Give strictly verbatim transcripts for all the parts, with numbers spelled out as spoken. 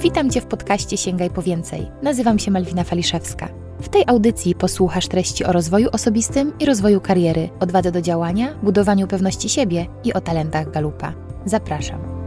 Witam Cię w podcaście Sięgaj po więcej. Nazywam się Malwina Faliszewska. W tej audycji posłuchasz treści o rozwoju osobistym i rozwoju kariery, odwadze do działania, budowaniu pewności siebie i o talentach Galupa. Zapraszam.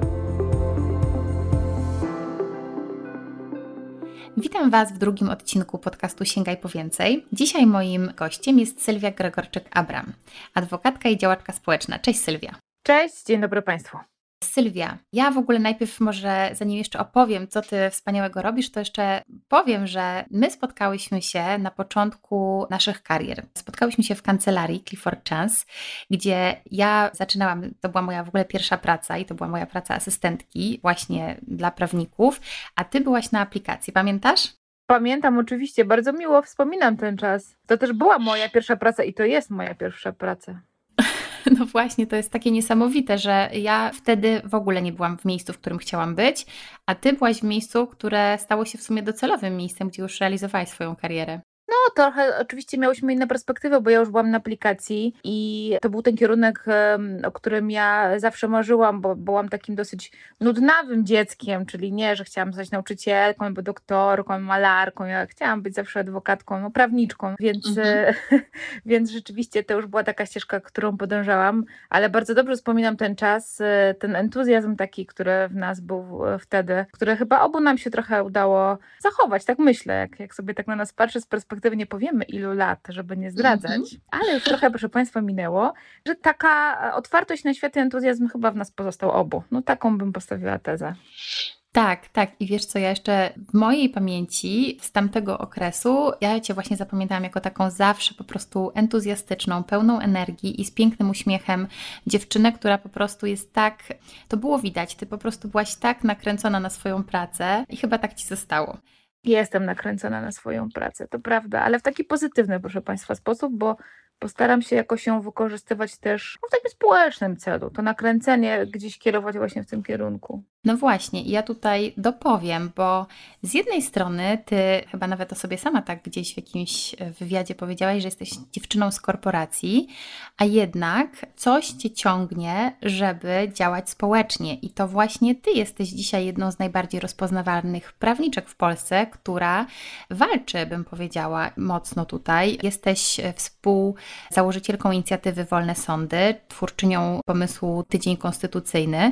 Witam Was w drugim odcinku podcastu Sięgaj po więcej. Dzisiaj moim gościem jest Sylwia Gregorczyk-Abram, adwokatka i działaczka społeczna. Cześć Sylwia. Cześć, dzień dobry Państwu. Sylwia, ja w ogóle najpierw może, zanim jeszcze opowiem, co Ty wspaniałego robisz, to jeszcze powiem, że my spotkałyśmy się na początku naszych karier. Spotkałyśmy się w kancelarii Clifford Chance, gdzie ja zaczynałam, to była moja w ogóle pierwsza praca i to była moja praca asystentki właśnie dla prawników, a Ty byłaś na aplikacji, pamiętasz? Pamiętam oczywiście, bardzo miło wspominam ten czas. To też była moja pierwsza praca i to jest moja pierwsza praca. No właśnie, to jest takie niesamowite, że ja wtedy w ogóle nie byłam w miejscu, w którym chciałam być, a Ty byłaś w miejscu, które stało się w sumie docelowym miejscem, gdzie już realizowałaś swoją karierę. No trochę oczywiście miałyśmy inne perspektywy, bo ja już byłam na aplikacji i to był ten kierunek, o którym ja zawsze marzyłam, bo byłam takim dosyć nudnawym dzieckiem, czyli nie, że chciałam zostać nauczycielką albo doktorką, malarką, ja chciałam być zawsze adwokatką, no prawniczką, więc, mhm. więc rzeczywiście to już była taka ścieżka, którą podążałam, ale bardzo dobrze wspominam ten czas, ten entuzjazm taki, który w nas był wtedy, który chyba obu nam się trochę udało zachować, tak myślę, jak, jak sobie tak na nas patrzę z perspektywy, nie powiemy ilu lat, żeby nie zdradzać, mm-hmm. ale już trochę, proszę Państwa, minęło, że taka otwartość na świat i entuzjazm chyba w nas pozostał obu. No taką bym postawiła tezę. Tak, tak. I wiesz co, ja jeszcze w mojej pamięci z tamtego okresu, ja Cię właśnie zapamiętałam jako taką zawsze po prostu entuzjastyczną, pełną energii i z pięknym uśmiechem dziewczynę, która po prostu jest tak, to było widać, Ty po prostu byłaś tak nakręcona na swoją pracę i chyba tak Ci zostało. Jestem nakręcona na swoją pracę, to prawda, ale w taki pozytywny, proszę Państwa, sposób, bo postaram się jakoś ją wykorzystywać też w takim społecznym celu, to nakręcenie gdzieś kierować właśnie w tym kierunku. No właśnie, ja tutaj dopowiem, bo z jednej strony Ty chyba nawet o sobie sama tak gdzieś w jakimś wywiadzie powiedziałaś, że jesteś dziewczyną z korporacji, a jednak coś Cię ciągnie, żeby działać społecznie i to właśnie Ty jesteś dzisiaj jedną z najbardziej rozpoznawalnych prawniczek w Polsce, która walczy, bym powiedziała, mocno tutaj. Jesteś współzałożycielką inicjatywy Wolne Sądy, twórczynią pomysłu Tydzień Konstytucyjny.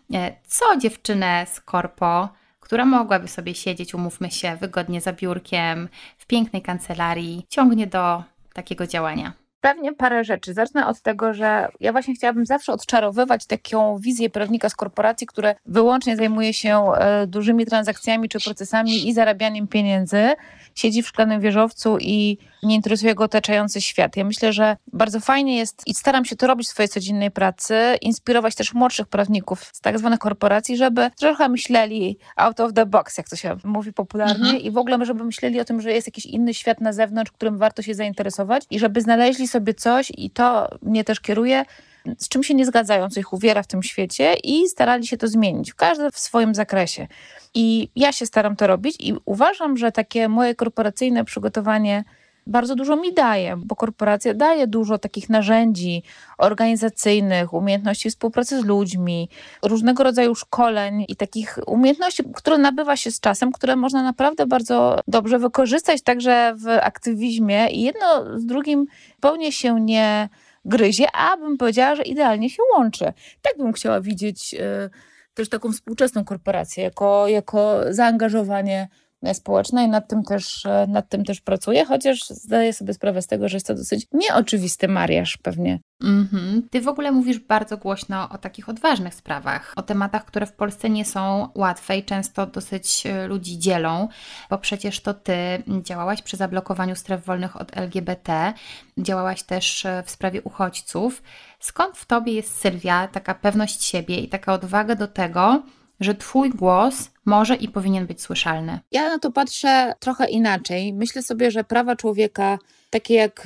Co dziewczynę z korpo, która mogłaby sobie siedzieć, umówmy się, wygodnie za biurkiem, w pięknej kancelarii, ciągnie do takiego działania? Pewnie parę rzeczy. Zacznę od tego, że ja właśnie chciałabym zawsze odczarowywać taką wizję prawnika z korporacji, które wyłącznie zajmuje się dużymi transakcjami czy procesami i zarabianiem pieniędzy, siedzi w szklanym wieżowcu i nie interesuje go otaczający świat. Ja myślę, że bardzo fajnie jest i staram się to robić w swojej codziennej pracy, inspirować też młodszych prawników z tak zwanych korporacji, żeby trochę myśleli out of the box, jak to się mówi popularnie, mhm. i w ogóle żeby myśleli o tym, że jest jakiś inny świat na zewnątrz, którym warto się zainteresować i żeby znaleźli sobie coś, i to mnie też kieruje, z czym się nie zgadzają, co ich uwiera w tym świecie i starali się to zmienić, każdy w swoim zakresie. I ja się staram to robić i uważam, że takie moje korporacyjne przygotowanie bardzo dużo mi daje, bo korporacja daje dużo takich narzędzi organizacyjnych, umiejętności współpracy z ludźmi, różnego rodzaju szkoleń i takich umiejętności, które nabywa się z czasem, które można naprawdę bardzo dobrze wykorzystać także w aktywizmie i jedno z drugim zupełnie się nie gryzie, a bym powiedziała, że idealnie się łączy. Tak bym chciała widzieć y, też taką współczesną korporację, jako, jako zaangażowanie społeczne i nad tym też, nad tym też pracuję, chociaż zdaję sobie sprawę z tego, że jest to dosyć nieoczywisty mariaż pewnie. Mm-hmm. Ty w ogóle mówisz bardzo głośno o takich odważnych sprawach, o tematach, które w Polsce nie są łatwe i często dosyć ludzi dzielą, bo przecież to Ty działałaś przy zablokowaniu stref wolnych od L G B T, działałaś też w sprawie uchodźców. Skąd w Tobie jest, Sylwia, taka pewność siebie i taka odwaga do tego, że Twój głos może i powinien być słyszalny? Ja na to patrzę trochę inaczej. Myślę sobie, że prawa człowieka, takie jak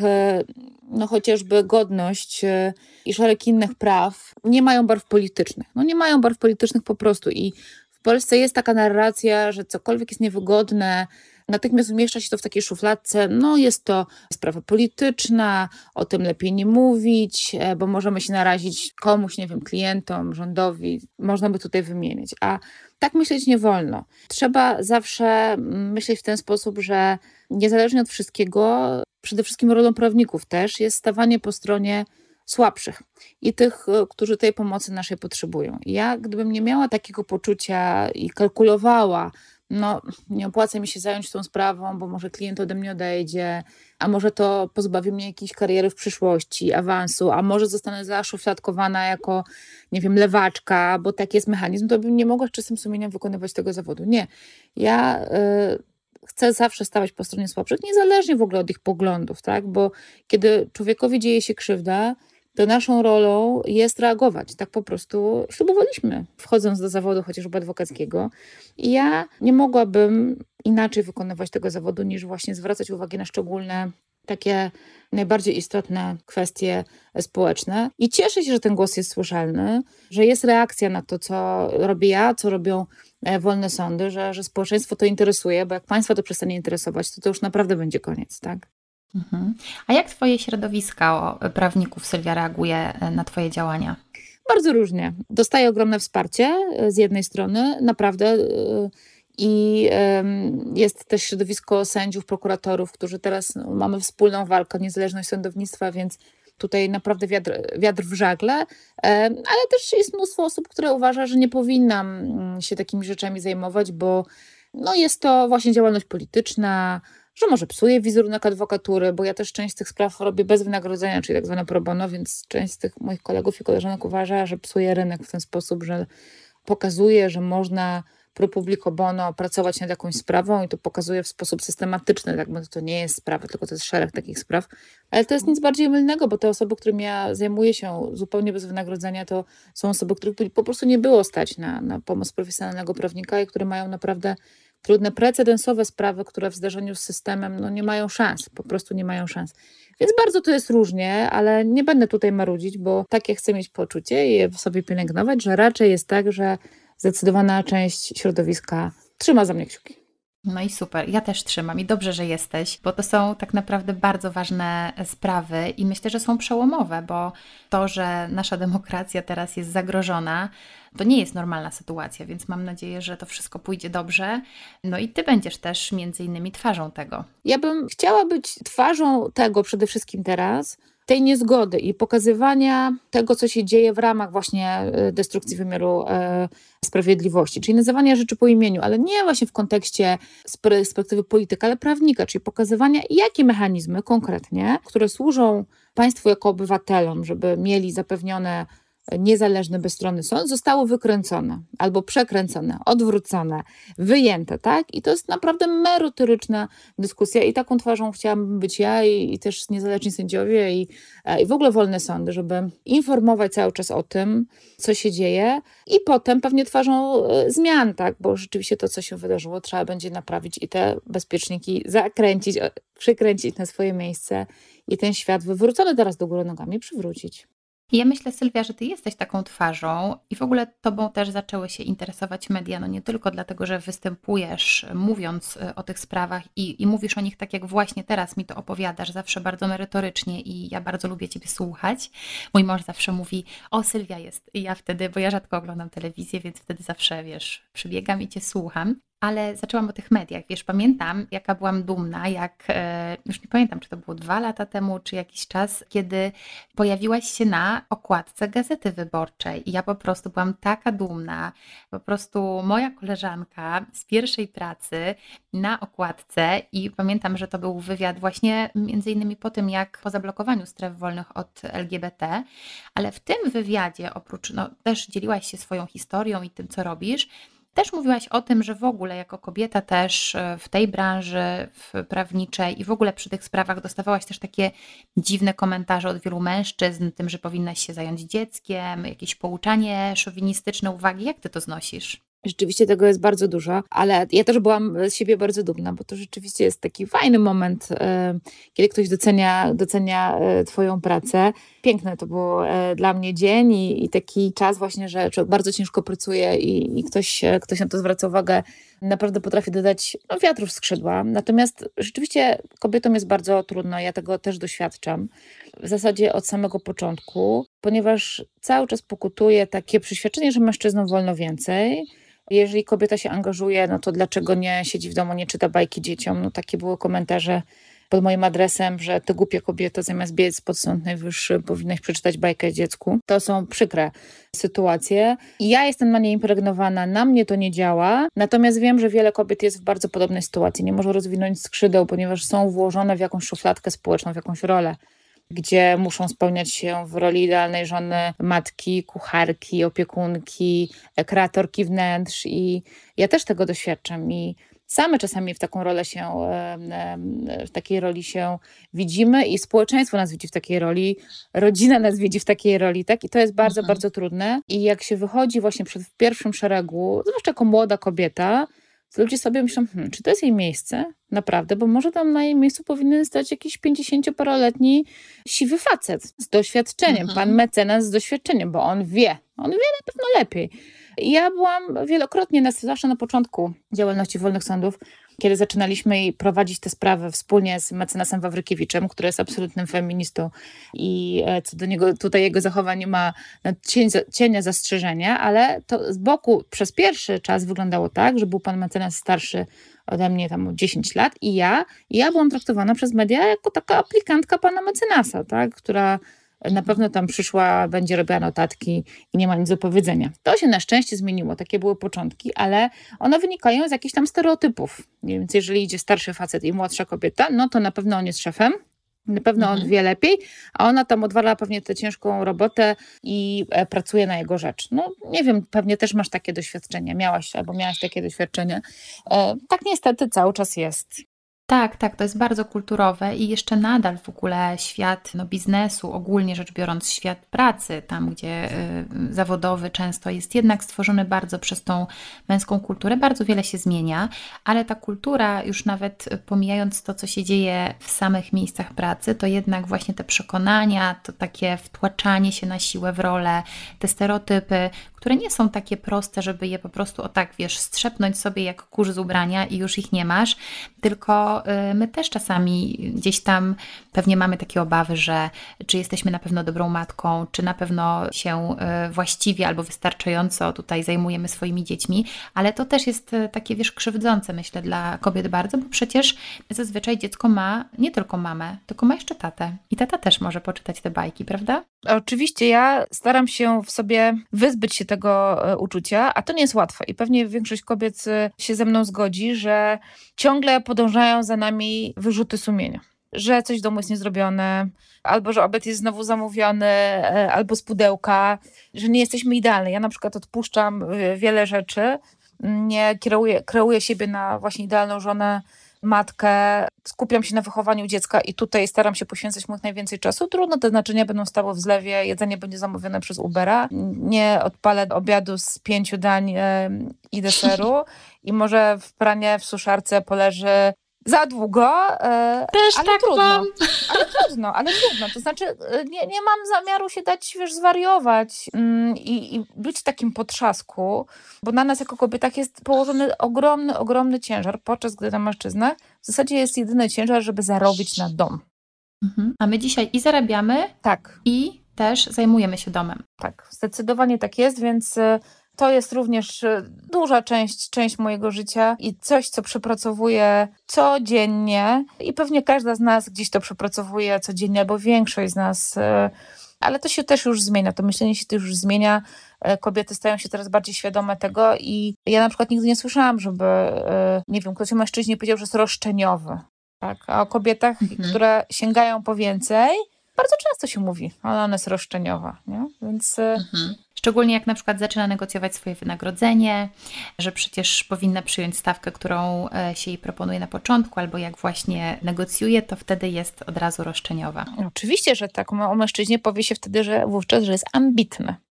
no, chociażby godność i szereg innych praw, nie mają barw politycznych. No nie mają barw politycznych po prostu i w Polsce jest taka narracja, że cokolwiek jest niewygodne natychmiast umieszcza się to w takiej szufladce, no jest to sprawa polityczna, o tym lepiej nie mówić, bo możemy się narazić komuś, nie wiem, klientom, rządowi, można by tutaj wymienić, a tak myśleć nie wolno. Trzeba zawsze myśleć w ten sposób, że niezależnie od wszystkiego, przede wszystkim rolą prawników też jest stawanie po stronie słabszych i tych, którzy tej pomocy naszej potrzebują. Ja gdybym nie miała takiego poczucia i kalkulowała, no nie opłaca mi się zająć tą sprawą, bo może klient ode mnie odejdzie, a może to pozbawi mnie jakiejś kariery w przyszłości, awansu, a może zostanę zaszufladkowana jako, nie wiem, lewaczka, bo taki jest mechanizm, to bym nie mogła z czystym sumieniem wykonywać tego zawodu. Nie. Ja y, chcę zawsze stawać po stronie słabszych, niezależnie w ogóle od ich poglądów, tak? Bo kiedy człowiekowi dzieje się krzywda, to naszą rolą jest reagować. Tak po prostu ślubowaliśmy, wchodząc do zawodu chociażby adwokackiego. I ja nie mogłabym inaczej wykonywać tego zawodu, niż właśnie zwracać uwagę na szczególne, takie najbardziej istotne kwestie społeczne. I cieszę się, że ten głos jest słyszalny, że jest reakcja na to, co robię ja, co robią wolne sądy, że, że społeczeństwo to interesuje, bo jak państwa to przestanie interesować, to to już naprawdę będzie koniec, tak? Mhm. A jak twoje środowisko prawników, Sylwia, reaguje na twoje działania? Bardzo różnie. Dostaję ogromne wsparcie z jednej strony, naprawdę. I jest też środowisko sędziów, prokuratorów, którzy teraz no, mamy wspólną walkę o niezależność sądownictwa, więc tutaj naprawdę wiatr, wiatr w żagle, ale też jest mnóstwo osób, które uważa, że nie powinnam się takimi rzeczami zajmować, bo no, jest to właśnie działalność polityczna, że może psuje wizerunek adwokatury, bo ja też część z tych spraw robię bez wynagrodzenia, czyli tak zwane pro bono, więc część z tych moich kolegów i koleżanek uważa, że psuje rynek w ten sposób, że pokazuje, że można pro publico bono pracować nad jakąś sprawą i to pokazuje w sposób systematyczny, tak, bo to nie jest sprawa, tylko to jest szereg takich spraw, ale to jest nic bardziej mylnego, bo te osoby, którymi ja zajmuję się zupełnie bez wynagrodzenia, to są osoby, których po prostu nie było stać na, na pomoc profesjonalnego prawnika i które mają naprawdę trudne, precedensowe sprawy, które w zdarzeniu z systemem no, nie mają szans, po prostu nie mają szans. Więc bardzo to jest różnie, ale nie będę tutaj marudzić, bo takie chcę mieć poczucie i je w sobie pielęgnować, że raczej jest tak, że zdecydowana część środowiska trzyma za mnie kciuki. No i super, ja też trzymam i dobrze, że jesteś, bo to są tak naprawdę bardzo ważne sprawy i myślę, że są przełomowe, bo to, że nasza demokracja teraz jest zagrożona, to nie jest normalna sytuacja, więc mam nadzieję, że to wszystko pójdzie dobrze. No i ty będziesz też między innymi twarzą tego. Ja bym chciała być twarzą tego przede wszystkim teraz, tej niezgody i pokazywania tego, co się dzieje w ramach właśnie destrukcji wymiaru e, sprawiedliwości, czyli nazywania rzeczy po imieniu, ale nie właśnie w kontekście z perspektywy polityka, ale prawnika, czyli pokazywania, jakie mechanizmy konkretnie, które służą państwu jako obywatelom, żeby mieli zapewnione niezależny, bezstronny sąd, zostało wykręcone albo przekręcone, odwrócone, wyjęte, tak? I to jest naprawdę merytoryczna dyskusja i taką twarzą chciałabym być ja i, i też niezależni sędziowie i, i w ogóle wolne sądy, żeby informować cały czas o tym, co się dzieje i potem pewnie twarzą zmian, tak? Bo rzeczywiście to, co się wydarzyło, trzeba będzie naprawić i te bezpieczniki zakręcić, przykręcić na swoje miejsce i ten świat wywrócony teraz do góry nogami przywrócić. I ja myślę, Sylwia, że ty jesteś taką twarzą i w ogóle tobą też zaczęły się interesować media, no nie tylko dlatego, że występujesz mówiąc o tych sprawach i, i mówisz o nich tak, jak właśnie teraz mi to opowiadasz, zawsze bardzo merytorycznie i ja bardzo lubię ciebie słuchać. Mój mąż zawsze mówi, o Sylwia jest i ja wtedy, bo ja rzadko oglądam telewizję, więc wtedy zawsze, wiesz, przybiegam i cię słucham. Ale zaczęłam o tych mediach. Wiesz, pamiętam, jaka byłam dumna, jak, już nie pamiętam, czy to było dwa lata temu, czy jakiś czas, kiedy pojawiłaś się na okładce Gazety Wyborczej. I ja po prostu byłam taka dumna. Po prostu moja koleżanka z pierwszej pracy na okładce i pamiętam, że to był wywiad właśnie między innymi po tym, jak po zablokowaniu stref wolnych od L G B T, ale w tym wywiadzie oprócz, no też dzieliłaś się swoją historią i tym, co robisz, też mówiłaś o tym, że w ogóle jako kobieta też w tej branży w prawniczej i w ogóle przy tych sprawach dostawałaś też takie dziwne komentarze od wielu mężczyzn, tym, że powinnaś się zająć dzieckiem, jakieś pouczanie, szowinistyczne uwagi. Jak ty to znosisz? Rzeczywiście tego jest bardzo dużo, ale ja też byłam z siebie bardzo dumna, bo to rzeczywiście jest taki fajny moment, kiedy ktoś docenia, docenia twoją pracę. Piękne to był dla mnie dzień i, i taki czas właśnie, że bardzo ciężko pracuję i, i ktoś, ktoś na to zwraca uwagę, naprawdę potrafi dodać no, wiatru w skrzydła. Natomiast rzeczywiście kobietom jest bardzo trudno, ja tego też doświadczam. W zasadzie od samego początku, ponieważ cały czas pokutuje takie przeświadczenie, że mężczyznom wolno więcej. Jeżeli kobieta się angażuje, no to dlaczego nie siedzi w domu, nie czyta bajki dzieciom? No takie były komentarze pod moim adresem, że ty głupia kobieto, zamiast biec pod Sąd Najwyższy, powinnaś przeczytać bajkę dziecku. To są przykre sytuacje. I ja jestem na nie impregnowana, na mnie to nie działa, natomiast wiem, że wiele kobiet jest w bardzo podobnej sytuacji. Nie może rozwinąć skrzydeł, ponieważ są włożone w jakąś szufladkę społeczną, w jakąś rolę, gdzie muszą spełniać się w roli idealnej żony, matki, kucharki, opiekunki, kreatorki wnętrz i ja też tego doświadczam i same czasami w taką rolę się, w takiej roli się widzimy i społeczeństwo nas widzi w takiej roli, rodzina nas widzi w takiej roli, tak? I to jest bardzo, mhm. bardzo trudne i jak się wychodzi właśnie przed w pierwszym szeregu, zwłaszcza jako młoda kobieta, to ludzie sobie myślą, hmm, czy to jest jej miejsce? Naprawdę, bo może tam na jej miejscu powinien stać jakiś pięćdziesięcioparoletni siwy facet z doświadczeniem, mhm. pan mecenas z doświadczeniem, bo on wie, on wie na pewno lepiej. I ja byłam wielokrotnie, zwłaszcza na początku działalności Wolnych Sądów, kiedy zaczynaliśmy prowadzić te sprawy wspólnie z mecenasem Wawrykiewiczem, który jest absolutnym feministą i co do niego tutaj jego zachowań ma cienia zastrzeżenia, ale to z boku przez pierwszy czas wyglądało tak, że był pan mecenas starszy ode mnie tam o dziesięć lat i ja, i ja byłam traktowana przez media jako taka aplikantka pana mecenasa, tak, która na pewno tam przyszła, będzie robiła notatki i nie ma nic do powiedzenia. To się na szczęście zmieniło, takie były początki, ale one wynikają z jakichś tam stereotypów. Więc jeżeli idzie starszy facet i młodsza kobieta, no to na pewno on jest szefem, na pewno mhm. on wie lepiej, a ona tam odwala pewnie tę ciężką robotę i e, pracuje na jego rzecz. No nie wiem, pewnie też masz takie doświadczenie, miałaś albo miałaś takie doświadczenie. E, tak niestety cały czas jest. Tak, tak, to jest bardzo kulturowe i jeszcze nadal w ogóle świat no, biznesu, ogólnie rzecz biorąc świat pracy, tam gdzie y, zawodowy często jest jednak stworzony bardzo przez tą męską kulturę, bardzo wiele się zmienia, ale ta kultura już nawet pomijając to, co się dzieje w samych miejscach pracy, to jednak właśnie te przekonania, to takie wtłaczanie się na siłę w rolę, te stereotypy, które nie są takie proste, żeby je po prostu o tak, wiesz, strzepnąć sobie jak kurz z ubrania i już ich nie masz, tylko my też czasami gdzieś tam pewnie mamy takie obawy, że czy jesteśmy na pewno dobrą matką, czy na pewno się właściwie albo wystarczająco tutaj zajmujemy swoimi dziećmi, ale to też jest takie, wiesz, krzywdzące myślę dla kobiet bardzo, bo przecież zazwyczaj dziecko ma nie tylko mamę, tylko ma jeszcze tatę i tata też może poczytać te bajki, prawda? Oczywiście ja staram się w sobie wyzbyć się tego uczucia, a to nie jest łatwe i pewnie większość kobiet się ze mną zgodzi, że ciągle podążają za nami wyrzuty sumienia, że coś w domu jest niezrobione, albo że obiad jest znowu zamówiony, albo z pudełka, że nie jesteśmy idealne. Ja na przykład odpuszczam wiele rzeczy, nie kreuję, kreuję siebie na właśnie idealną żonę, matkę, skupiam się na wychowaniu dziecka i tutaj staram się poświęcać mu jak najwięcej czasu. Trudno, te naczynia będą stały w zlewie, jedzenie będzie zamówione przez Ubera. Nie odpalę obiadu z pięciu dań e, i deseru i może w pranie w suszarce poleży za długo, e, Też ale tak trudno. mam. Ale trudno, ale trudno. To znaczy nie, nie mam zamiaru się dać, wiesz, zwariować mm, i, i być w takim potrzasku, bo na nas jako kobietach jest położony ogromny, ogromny ciężar, podczas gdy na mężczyznach w zasadzie jest jedyny ciężar, żeby zarobić na dom. Mhm. A my dzisiaj i zarabiamy, tak, i też zajmujemy się domem. Tak, zdecydowanie tak jest, więc to jest również duża część, część mojego życia i coś, co przepracowuję codziennie i pewnie każda z nas gdzieś to przepracowuje codziennie, albo większość z nas, ale to się też już zmienia, to myślenie się też już zmienia, kobiety stają się coraz bardziej świadome tego i ja na przykład nigdy nie słyszałam, żeby, nie wiem, ktoś o mężczyźnie powiedział, że jest roszczeniowy, tak? A o kobietach, mhm. które sięgają po więcej, bardzo często się mówi, ale ona jest roszczeniowa, nie? Więc... Mhm. Szczególnie jak na przykład zaczyna negocjować swoje wynagrodzenie, że przecież powinna przyjąć stawkę, którą się jej proponuje na początku, albo jak właśnie negocjuje, to wtedy jest od razu roszczeniowa. Oczywiście, że tak. O mężczyźnie powie się wtedy, że wówczas, że jest ambitny.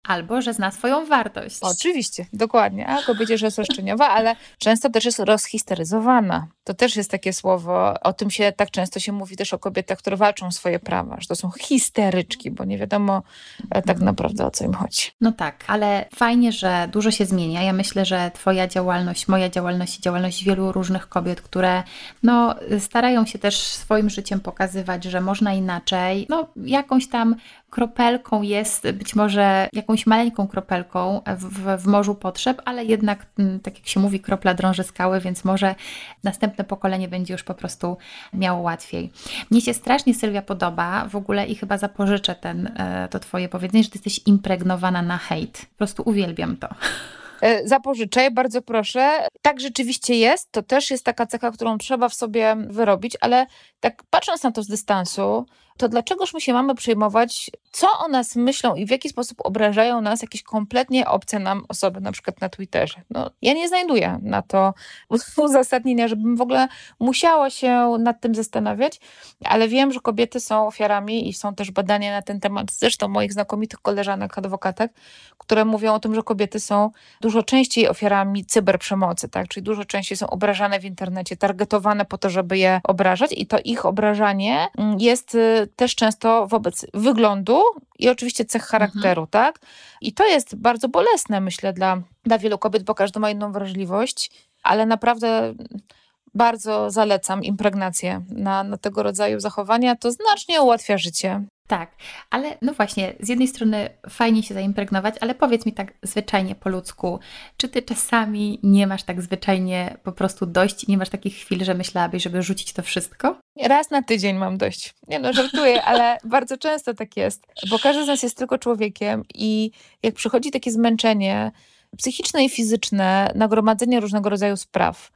albo że zna swoją wartość. Oczywiście, dokładnie. A kobiecie, że jest roszczeniowa, ale często też jest rozhisteryzowana. To też jest takie słowo, o tym się tak często się mówi też o kobietach, które walczą o swoje prawa, że to są histeryczki, bo nie wiadomo e, tak naprawdę, o co im chodzi. No tak, ale fajnie, że dużo się zmienia. Ja myślę, że twoja działalność, moja działalność i działalność wielu różnych kobiet, które no, starają się też swoim życiem pokazywać, że można inaczej, no jakąś tam kropelką jest, być może jakąś maleńką kropelką w, w morzu potrzeb, ale jednak, tak jak się mówi, kropla drąży skały, więc może następne pokolenie będzie już po prostu miało łatwiej. Mnie się strasznie, Sylwia, podoba w ogóle i chyba zapożyczę ten, to twoje powiedzenie, że ty jesteś impregnowana na hejt. Po prostu uwielbiam to. Zapożyczę, bardzo proszę. Tak rzeczywiście jest, to też jest taka cecha, którą trzeba w sobie wyrobić, ale tak patrząc na to z dystansu, to dlaczegoż my się mamy przejmować, co o nas myślą i w jaki sposób obrażają nas jakieś kompletnie obce nam osoby, na przykład na Twitterze. No, ja nie znajduję na to uzasadnienia, żebym w ogóle musiała się nad tym zastanawiać, ale wiem, że kobiety są ofiarami i są też badania na ten temat, zresztą moich znakomitych koleżanek, adwokatek, które mówią o tym, że kobiety są dużo częściej ofiarami cyberprzemocy, tak? Czyli dużo częściej są obrażane w internecie, targetowane po to, żeby je obrażać i to ich obrażanie jest też często wobec wyglądu i oczywiście cech charakteru, mhm. tak? I to jest bardzo bolesne, myślę, dla, dla wielu kobiet, bo każdy ma inną wrażliwość, ale naprawdę bardzo zalecam impregnację na, na tego rodzaju zachowania. To znacznie ułatwia życie. Tak, ale no właśnie, z jednej strony fajnie się zaimpregnować, ale powiedz mi tak zwyczajnie po ludzku, czy ty czasami nie masz tak zwyczajnie po prostu dość, nie masz takich chwil, że myślałabyś, żeby rzucić to wszystko? Raz na tydzień mam dość. Nie no, żartuję, ale bardzo często tak jest, bo każdy z nas jest tylko człowiekiem i jak przychodzi takie zmęczenie psychiczne i fizyczne, nagromadzenie różnego rodzaju spraw,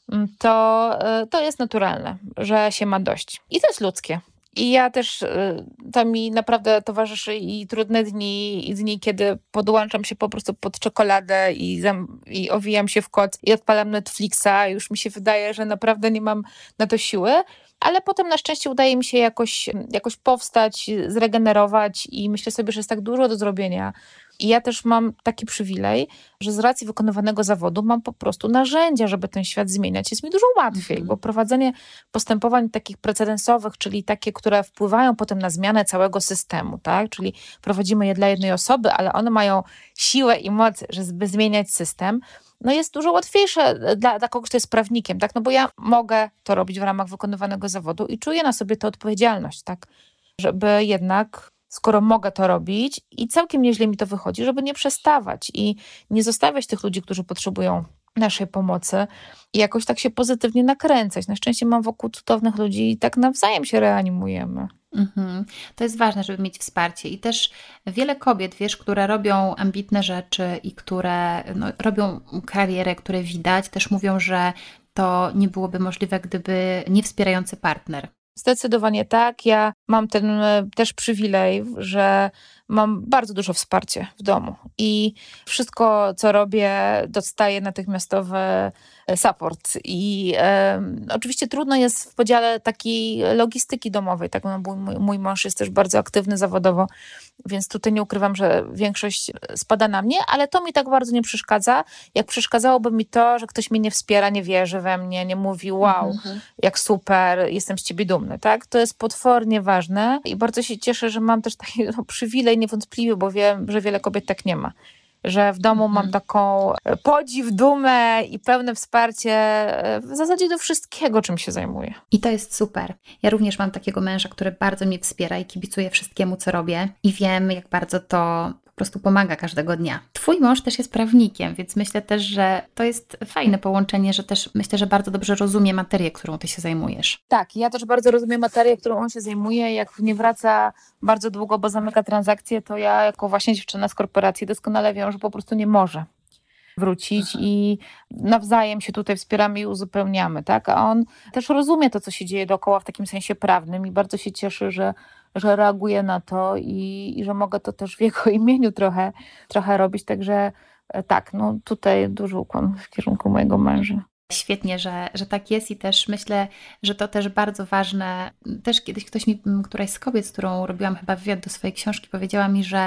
to, to jest naturalne, że się ma dość. I to jest ludzkie. I ja też, to mi naprawdę towarzyszy i trudne dni, i dni, kiedy podłączam się po prostu pod czekoladę i, zam, i owijam się w koc i odpalam Netflixa. Już mi się wydaje, że naprawdę nie mam na to siły, ale potem na szczęście udaje mi się jakoś, jakoś powstać, zregenerować i myślę sobie, że jest tak dużo do zrobienia. I ja też mam taki przywilej, że z racji wykonywanego zawodu mam po prostu narzędzia, żeby ten świat zmieniać. Jest mi dużo łatwiej, mm-hmm. bo prowadzenie postępowań takich precedensowych, czyli takie, które wpływają potem na zmianę całego systemu, tak? Czyli prowadzimy je dla jednej osoby, ale one mają siłę i moc, żeby zmieniać system, no jest dużo łatwiejsze dla, dla kogoś, kto jest prawnikiem, tak? No bo ja mogę to robić w ramach wykonywanego zawodu i czuję na sobie tę odpowiedzialność, tak? Żeby jednak, skoro mogę to robić i całkiem nieźle mi to wychodzi, żeby nie przestawać i nie zostawiać tych ludzi, którzy potrzebują naszej pomocy i jakoś tak się pozytywnie nakręcać. Na szczęście mam wokół cudownych ludzi i tak nawzajem się reanimujemy. Mhm. To jest ważne, żeby mieć wsparcie i też wiele kobiet, wiesz, które robią ambitne rzeczy i które no, robią karierę, które widać, też mówią, że to nie byłoby możliwe, gdyby nie wspierający partner. Zdecydowanie tak. Ja mam ten też przywilej, że mam bardzo dużo wsparcia w domu i wszystko, co robię, dostaję natychmiastowy support. I e, oczywiście trudno jest w podziale takiej logistyki domowej. Tak? No, mój, mój mąż jest też bardzo aktywny zawodowo, więc tutaj nie ukrywam, że większość spada na mnie, ale to mi tak bardzo nie przeszkadza, jak przeszkadzałoby mi to, że ktoś mnie nie wspiera, nie wierzy we mnie, nie mówi wow, mhm. jak super, jestem z ciebie dumny. Tak? To jest potwornie ważne i bardzo się cieszę, że mam też taki no, przywilej niewątpliwy, bo wiem, że wiele kobiet tak nie ma. Że w domu mhm. mam taką podziw, dumę i pełne wsparcie w zasadzie do wszystkiego, czym się zajmuję. I to jest super. Ja również mam takiego męża, który bardzo mnie wspiera i kibicuje wszystkiemu, co robię i wiem, jak bardzo to po prostu pomaga każdego dnia. Twój mąż też jest prawnikiem, więc myślę też, że to jest fajne połączenie, że też myślę, że bardzo dobrze rozumie materię, którą ty się zajmujesz. Tak, ja też bardzo rozumiem materię, którą on się zajmuje. Jak nie wraca bardzo długo, bo zamyka transakcje, to ja jako właśnie dziewczyna z korporacji doskonale wiem, że po prostu nie może wrócić Aha. i nawzajem się tutaj wspieramy i uzupełniamy, tak? A on też rozumie to, co się dzieje dookoła w takim sensie prawnym i bardzo się cieszy, że że reaguję na to i, i że mogę to też w jego imieniu trochę, trochę robić. Także tak, no tutaj duży ukłon w kierunku mojego męża. Świetnie, że, że tak jest i też myślę, że to też bardzo ważne. Też kiedyś ktoś mi, któraś z kobiet, z którą robiłam chyba wywiad do swojej książki, powiedziała mi, że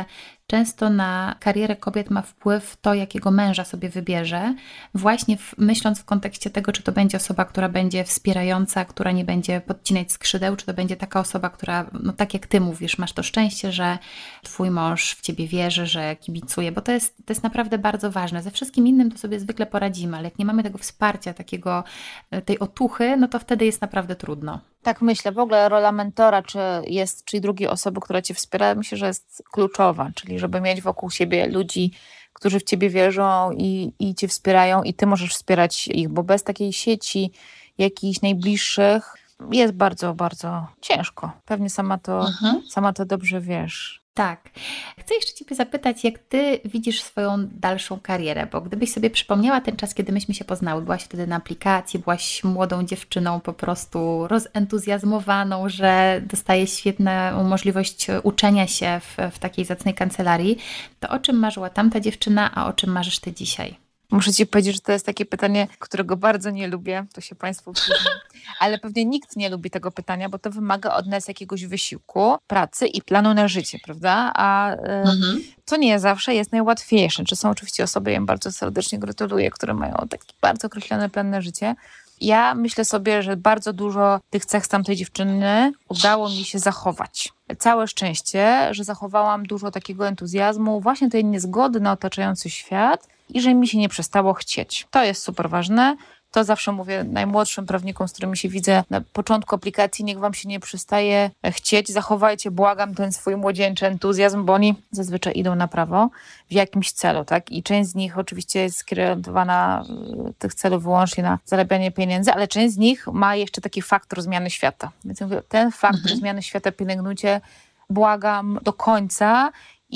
często na karierę kobiet ma wpływ to, jakiego męża sobie wybierze, właśnie w, myśląc w kontekście tego, czy to będzie osoba, która będzie wspierająca, która nie będzie podcinać skrzydeł, czy to będzie taka osoba, która, no tak jak ty mówisz, masz to szczęście, że twój mąż w ciebie wierzy, że kibicuje, bo to jest, to jest naprawdę bardzo ważne. Ze wszystkim innym to sobie zwykle poradzimy, ale jak nie mamy tego wsparcia, takiego, tej otuchy, no to wtedy jest naprawdę trudno. Tak myślę, w ogóle rola mentora, czy jest, czyli drugiej osoby, która cię wspiera, myślę, że jest kluczowa, czyli żeby mieć wokół siebie ludzi, którzy w ciebie wierzą i, i cię wspierają i ty możesz wspierać ich, bo bez takiej sieci jakichś najbliższych jest bardzo, bardzo ciężko. Pewnie sama to, mhm. sama to dobrze wiesz. Tak. Chcę jeszcze Ciebie zapytać, jak Ty widzisz swoją dalszą karierę, bo gdybyś sobie przypomniała ten czas, kiedy myśmy się poznały, byłaś wtedy na aplikacji, byłaś młodą dziewczyną po prostu rozentuzjazmowaną, że dostaje świetną możliwość uczenia się w, w takiej zacnej kancelarii, to o czym marzyła tamta dziewczyna, a o czym marzysz Ty dzisiaj? Muszę Ci powiedzieć, że to jest takie pytanie, którego bardzo nie lubię, to się Państwu przyznam, ale pewnie nikt nie lubi tego pytania, bo to wymaga od nas jakiegoś wysiłku, pracy i planu na życie, prawda? A mhm. to nie zawsze jest najłatwiejsze. Czy są oczywiście osoby, ja im bardzo serdecznie gratuluję, które mają taki bardzo określony plan na życie. Ja myślę sobie, że bardzo dużo tych cech z tamtej dziewczyny udało mi się zachować. Całe szczęście, że zachowałam dużo takiego entuzjazmu, właśnie tej niezgody na otaczający świat i że mi się nie przestało chcieć. To jest super ważne. To zawsze mówię najmłodszym prawnikom, z którymi się widzę na początku aplikacji, niech wam się nie przestaje chcieć. Zachowajcie, błagam, ten swój młodzieńczy entuzjazm, bo oni zazwyczaj idą na prawo w jakimś celu, tak? I część z nich oczywiście jest skierowana tych celów wyłącznie na zarabianie pieniędzy, ale część z nich ma jeszcze taki faktor zmiany świata. Więc mówię, ten faktor mhm. zmiany świata pielęgnujcie, błagam, do końca.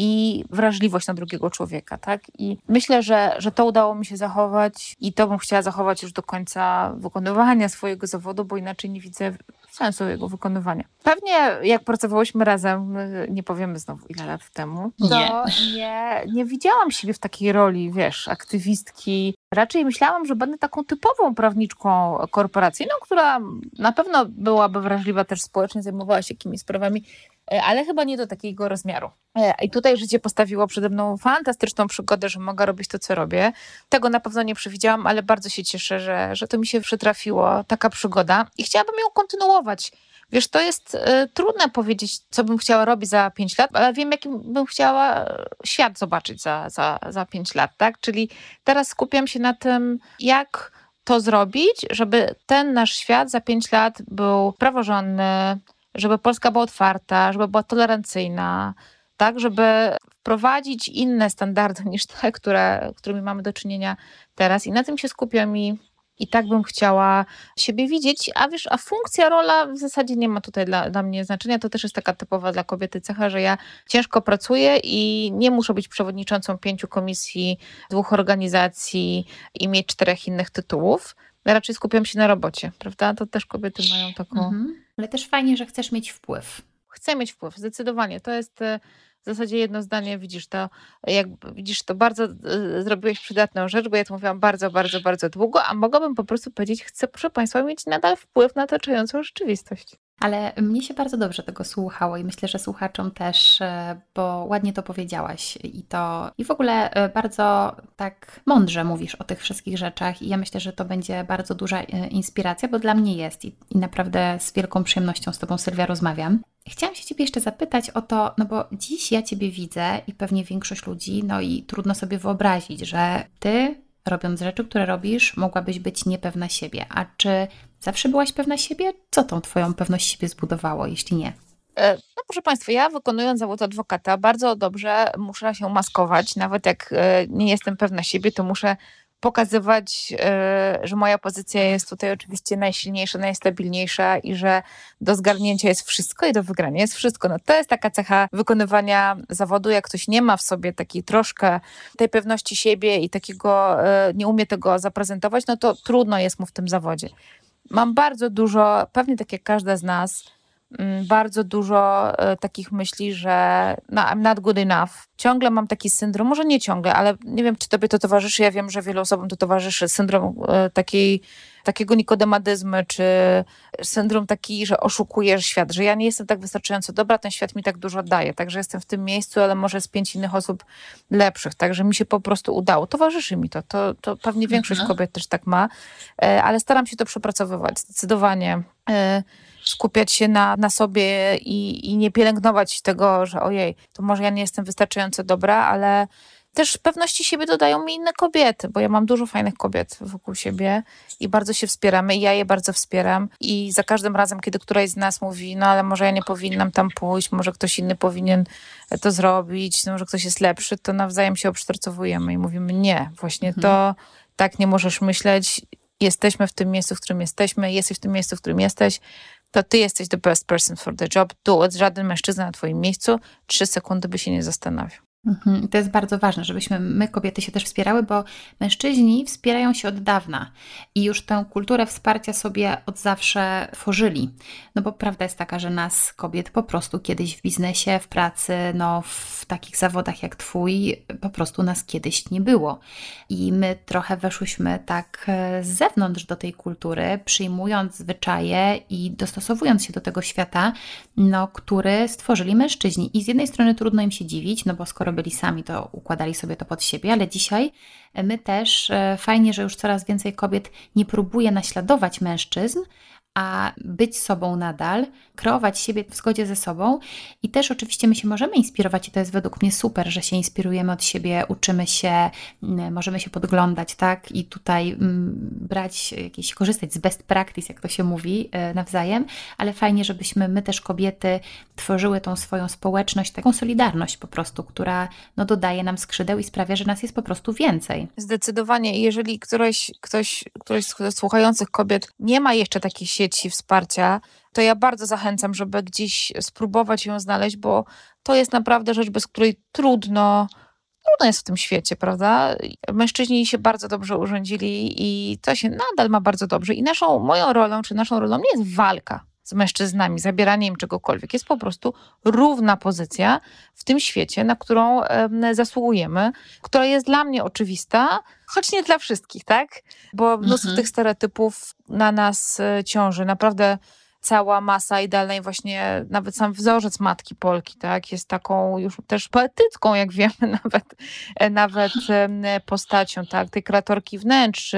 I wrażliwość na drugiego człowieka, tak? I myślę, że, że to udało mi się zachować i to bym chciała zachować już do końca wykonywania swojego zawodu, bo inaczej nie widzę sensu jego wykonywania. Pewnie jak pracowałyśmy razem, nie powiemy znowu ile lat temu, to nie, nie, nie widziałam siebie w takiej roli, wiesz, aktywistki. Raczej myślałam, że będę taką typową prawniczką korporacyjną, która na pewno byłaby wrażliwa też społecznie, zajmowała się jakimiś sprawami, ale chyba nie do takiego rozmiaru. I tutaj życie postawiło przede mną fantastyczną przygodę, że mogę robić to, co robię. Tego na pewno nie przewidziałam, ale bardzo się cieszę, że, że to mi się przytrafiło, taka przygoda i chciałabym ją kontynuować. Wiesz, to jest y, trudne powiedzieć, co bym chciała robić za pięć lat, ale wiem, jaki bym chciała świat zobaczyć za, za, za pięć lat, tak? Czyli teraz skupiam się na tym, jak to zrobić, żeby ten nasz świat za pięć lat był praworządny, żeby Polska była otwarta, żeby była tolerancyjna, tak, żeby wprowadzić inne standardy niż te, które, którymi mamy do czynienia teraz. I na tym się skupiam i, i tak bym chciała siebie widzieć. A wiesz, a funkcja, rola w zasadzie nie ma tutaj dla, dla mnie znaczenia. To też jest taka typowa dla kobiety cecha, że ja ciężko pracuję i nie muszę być przewodniczącą pięciu komisji, dwóch organizacji i mieć czterech innych tytułów. Ja raczej skupiam się na robocie, prawda? To też kobiety mają taką... Mhm. Ale też fajnie, że chcesz mieć wpływ. Chcę mieć wpływ, zdecydowanie. To jest w zasadzie jedno zdanie, widzisz to, jak widzisz to bardzo y, zrobiłeś przydatną rzecz, bo ja to mówiłam bardzo, bardzo, bardzo długo, a mogłabym po prostu powiedzieć, chcę, proszę Państwa, mieć nadal wpływ na otaczającą rzeczywistość. Ale mnie się bardzo dobrze tego słuchało i myślę, że słuchaczom też, bo ładnie to powiedziałaś i to i w ogóle bardzo tak mądrze mówisz o tych wszystkich rzeczach i ja myślę, że to będzie bardzo duża inspiracja, bo dla mnie jest i, i naprawdę z wielką przyjemnością z Tobą, Sylwia, rozmawiam. Chciałam się Ciebie jeszcze zapytać o to, no bo dziś ja Ciebie widzę i pewnie większość ludzi, no i trudno sobie wyobrazić, że Ty, robiąc rzeczy, które robisz, mogłabyś być niepewna siebie. A czy zawsze byłaś pewna siebie? Co tą Twoją pewność siebie zbudowało, jeśli nie? No proszę Państwa, ja wykonując zawód adwokata bardzo dobrze muszę się maskować. Nawet jak nie jestem pewna siebie, to muszę pokazywać, że moja pozycja jest tutaj oczywiście najsilniejsza, najstabilniejsza i że do zgarnięcia jest wszystko i do wygrania jest wszystko. No to jest taka cecha wykonywania zawodu, jak ktoś nie ma w sobie takiej troszkę tej pewności siebie i takiego, nie umie tego zaprezentować, no to trudno jest mu w tym zawodzie. Mam bardzo dużo, pewnie tak jak każda z nas, bardzo dużo takich myśli, że no, I'm not good enough. Ciągle mam taki syndrom, może nie ciągle, ale nie wiem, czy tobie to towarzyszy. Ja wiem, że wielu osobom to towarzyszy. Syndrom takiej, takiego nikodemadyzmu, czy syndrom taki, że oszukujesz świat, że ja nie jestem tak wystarczająco dobra, ten świat mi tak dużo daje, także jestem w tym miejscu, ale może z pięć innych osób lepszych, także mi się po prostu udało. Towarzyszy mi to. To, to pewnie większość mhm. kobiet też tak ma, ale staram się to przepracowywać zdecydowanie. Skupiać się na, na sobie i, i nie pielęgnować tego, że ojej, to może ja nie jestem wystarczająco dobra, ale też pewności siebie dodają mi inne kobiety, bo ja mam dużo fajnych kobiet wokół siebie i bardzo się wspieramy i ja je bardzo wspieram i za każdym razem, kiedy któraś z nas mówi, no ale może ja nie powinnam tam pójść, może ktoś inny powinien to zrobić, no, może ktoś jest lepszy, to nawzajem się obsztorcowujemy i mówimy nie, właśnie mhm. to tak nie możesz myśleć, jesteśmy w tym miejscu, w którym jesteśmy, jesteś w tym miejscu, w którym jesteś, to ty jesteś the best person for the job, do it, żaden mężczyzna na twoim miejscu trzy sekundy by się nie zastanawiał. Mhm. To jest bardzo ważne, żebyśmy my, kobiety, się też wspierały, bo mężczyźni wspierają się od dawna i już tę kulturę wsparcia sobie od zawsze tworzyli. No bo prawda jest taka, że nas, kobiet, po prostu kiedyś w biznesie, w pracy, no w takich zawodach jak twój, po prostu nas kiedyś nie było. I my trochę weszłyśmy tak z zewnątrz do tej kultury, przyjmując zwyczaje i dostosowując się do tego świata, no, który stworzyli mężczyźni. I z jednej strony trudno im się dziwić, no bo skoro byli sami, to układali sobie to pod siebie, ale dzisiaj my też, fajnie, że już coraz więcej kobiet nie próbuje naśladować mężczyzn, a być sobą nadal, kreować siebie w zgodzie ze sobą i też oczywiście my się możemy inspirować i to jest według mnie super, że się inspirujemy od siebie, uczymy się, możemy się podglądać, tak, i tutaj m, brać jakieś, korzystać z best practice, jak to się mówi, y, nawzajem, ale fajnie, żebyśmy my też kobiety tworzyły tą swoją społeczność, taką solidarność po prostu, która no, dodaje nam skrzydeł i sprawia, że nas jest po prostu więcej. Zdecydowanie. Jeżeli któreś, ktoś, któreś z słuchających kobiet nie ma jeszcze takiej sieci wsparcia, to ja bardzo zachęcam, żeby gdzieś spróbować ją znaleźć, bo to jest naprawdę rzecz, bez której trudno, trudno jest w tym świecie, prawda? Mężczyźni się bardzo dobrze urządzili i to się nadal ma bardzo dobrze. I naszą, moją rolą, czy naszą rolą nie jest walka z mężczyznami, zabieranie im czegokolwiek. Jest po prostu równa pozycja w tym świecie, na którą e, zasługujemy, która jest dla mnie oczywista, choć nie dla wszystkich, tak? Bo mnóstwo mhm. tych stereotypów na nas e, ciąży. Naprawdę cała masa idealnej, właśnie nawet sam wzorzec matki Polki, tak, jest taką już też poetycką, jak wiemy, nawet, nawet postacią, tak, tej kreatorki wnętrz,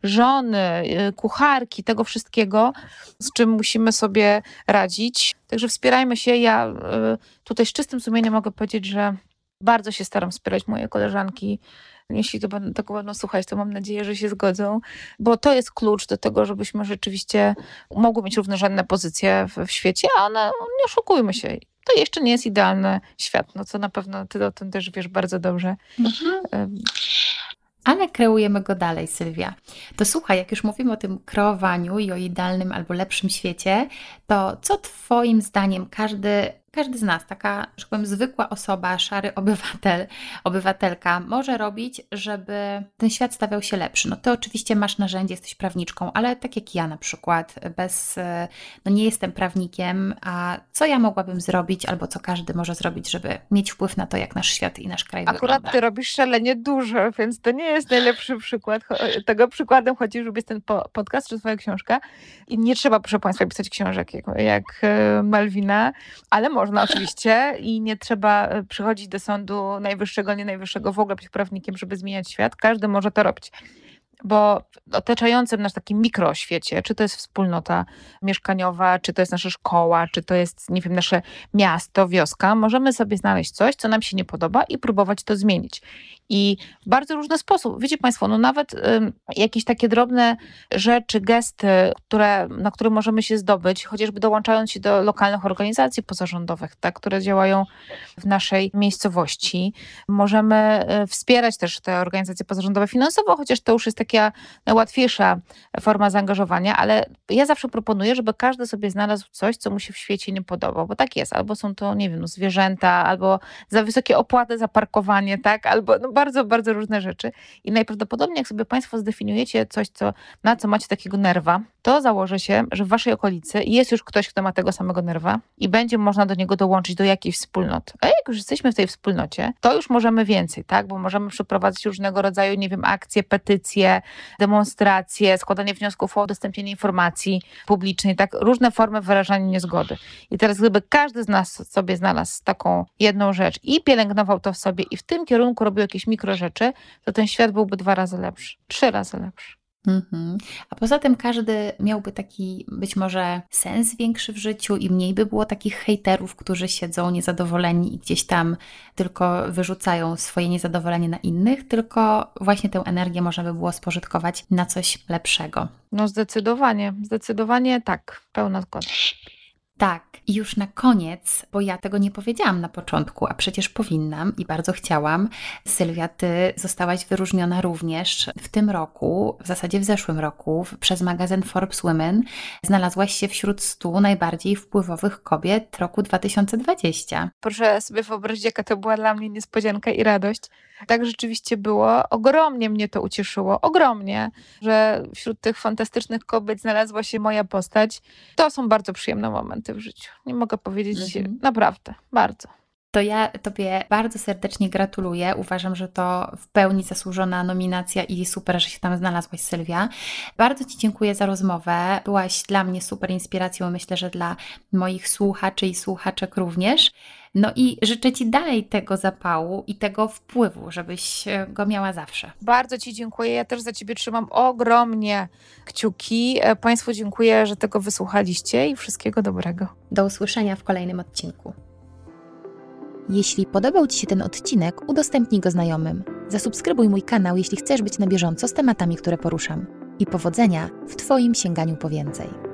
żony, kucharki, tego wszystkiego, z czym musimy sobie radzić. Także wspierajmy się. Ja tutaj z czystym sumieniem mogę powiedzieć, że bardzo się staram wspierać moje koleżanki. Jeśli to będą, tego będą słuchać, to mam nadzieję, że się zgodzą, bo to jest klucz do tego, żebyśmy rzeczywiście mogły mieć równorzędne pozycje w, w świecie, a one, nie oszukujmy się, to jeszcze nie jest idealny świat, no co na pewno ty o tym też wiesz bardzo dobrze. Mhm. Ale kreujemy go dalej, Sylwia. To słuchaj, jak już mówimy o tym kreowaniu i o idealnym albo lepszym świecie, to co twoim zdaniem każdy, każdy z nas, taka, że powiem, zwykła osoba, szary obywatel, obywatelka może robić, żeby ten świat stawiał się lepszy? No ty oczywiście masz narzędzie, jesteś prawniczką, ale tak jak ja na przykład, bez, no nie jestem prawnikiem, a co ja mogłabym zrobić, albo co każdy może zrobić, żeby mieć wpływ na to, jak nasz świat i nasz kraj Akurat wygląda? Akurat ty robisz szalenie dużo, więc to nie jest najlepszy przykład. Tego przykładem chociażby jest ten podcast czy twoja książka. I nie trzeba, proszę państwa, pisać książek jak, jak Malwina, ale można oczywiście i nie trzeba przychodzić do sądu najwyższego, nie najwyższego, w ogóle być prawnikiem, żeby zmieniać świat. Każdy może to robić. Bo w otaczającym nas takim mikroświecie, czy to jest wspólnota mieszkaniowa, czy to jest nasza szkoła, czy to jest, nie wiem, nasze miasto, wioska, możemy sobie znaleźć coś, co nam się nie podoba i próbować to zmienić. I w bardzo różny sposób. Wiecie państwo, no nawet y, jakieś takie drobne rzeczy, gesty, które, na które możemy się zdobyć, chociażby dołączając się do lokalnych organizacji pozarządowych, tak, które działają w naszej miejscowości. Możemy y, wspierać też te organizacje pozarządowe finansowo, chociaż to już jest taki taka najłatwiejsza forma zaangażowania, ale ja zawsze proponuję, żeby każdy sobie znalazł coś, co mu się w świecie nie podoba, bo tak jest. Albo są to, nie wiem, no, zwierzęta, albo za wysokie opłaty za parkowanie, tak? Albo no, bardzo, bardzo różne rzeczy. I najprawdopodobniej, jak sobie Państwo zdefiniujecie coś, co, na co macie takiego nerwa, to założy się, że w Waszej okolicy jest już ktoś, kto ma tego samego nerwa i będzie można do niego dołączyć do jakiejś wspólnoty. A jak już jesteśmy w tej wspólnocie, to już możemy więcej, tak? Bo możemy przeprowadzić różnego rodzaju, nie wiem, akcje, petycje, demonstracje, składanie wniosków o udostępnienie informacji publicznej, tak? Różne formy wyrażania niezgody. I teraz gdyby każdy z nas sobie znalazł taką jedną rzecz i pielęgnował to w sobie i w tym kierunku robił jakieś mikro rzeczy, to ten świat byłby dwa razy lepszy, trzy razy lepszy. Mhm. A poza tym każdy miałby taki być może sens większy w życiu i mniej by było takich hejterów, którzy siedzą niezadowoleni i gdzieś tam tylko wyrzucają swoje niezadowolenie na innych, tylko właśnie tę energię można by było spożytkować na coś lepszego. No zdecydowanie, zdecydowanie tak, pełna zgoda. Tak, i już na koniec, bo ja tego nie powiedziałam na początku, a przecież powinnam i bardzo chciałam. Sylwia, Ty zostałaś wyróżniona również w tym roku, w zasadzie w zeszłym roku, przez magazyn Forbes Women. Znalazłaś się wśród stu najbardziej wpływowych kobiet roku dwa tysiące dwudziestego. Proszę sobie wyobrazić, jaka to była dla mnie niespodzianka i radość. Tak rzeczywiście było. Ogromnie mnie to ucieszyło. Ogromnie, że wśród tych fantastycznych kobiet znalazła się moja postać. To są bardzo przyjemne momenty w życiu. Nie mogę powiedzieć, mhm. naprawdę, bardzo. To ja Tobie bardzo serdecznie gratuluję. Uważam, że to w pełni zasłużona nominacja i super, że się tam znalazłaś, Sylwia. Bardzo Ci dziękuję za rozmowę. Byłaś dla mnie super inspiracją, myślę, że dla moich słuchaczy i słuchaczek również. No i życzę Ci dalej tego zapału i tego wpływu, żebyś go miała zawsze. Bardzo Ci dziękuję. Ja też za Ciebie trzymam ogromnie kciuki. Państwu dziękuję, że tego wysłuchaliście i wszystkiego dobrego. Do usłyszenia w kolejnym odcinku. Jeśli podobał Ci się ten odcinek, udostępnij go znajomym. Zasubskrybuj mój kanał, jeśli chcesz być na bieżąco z tematami, które poruszam. I powodzenia w Twoim sięganiu po więcej.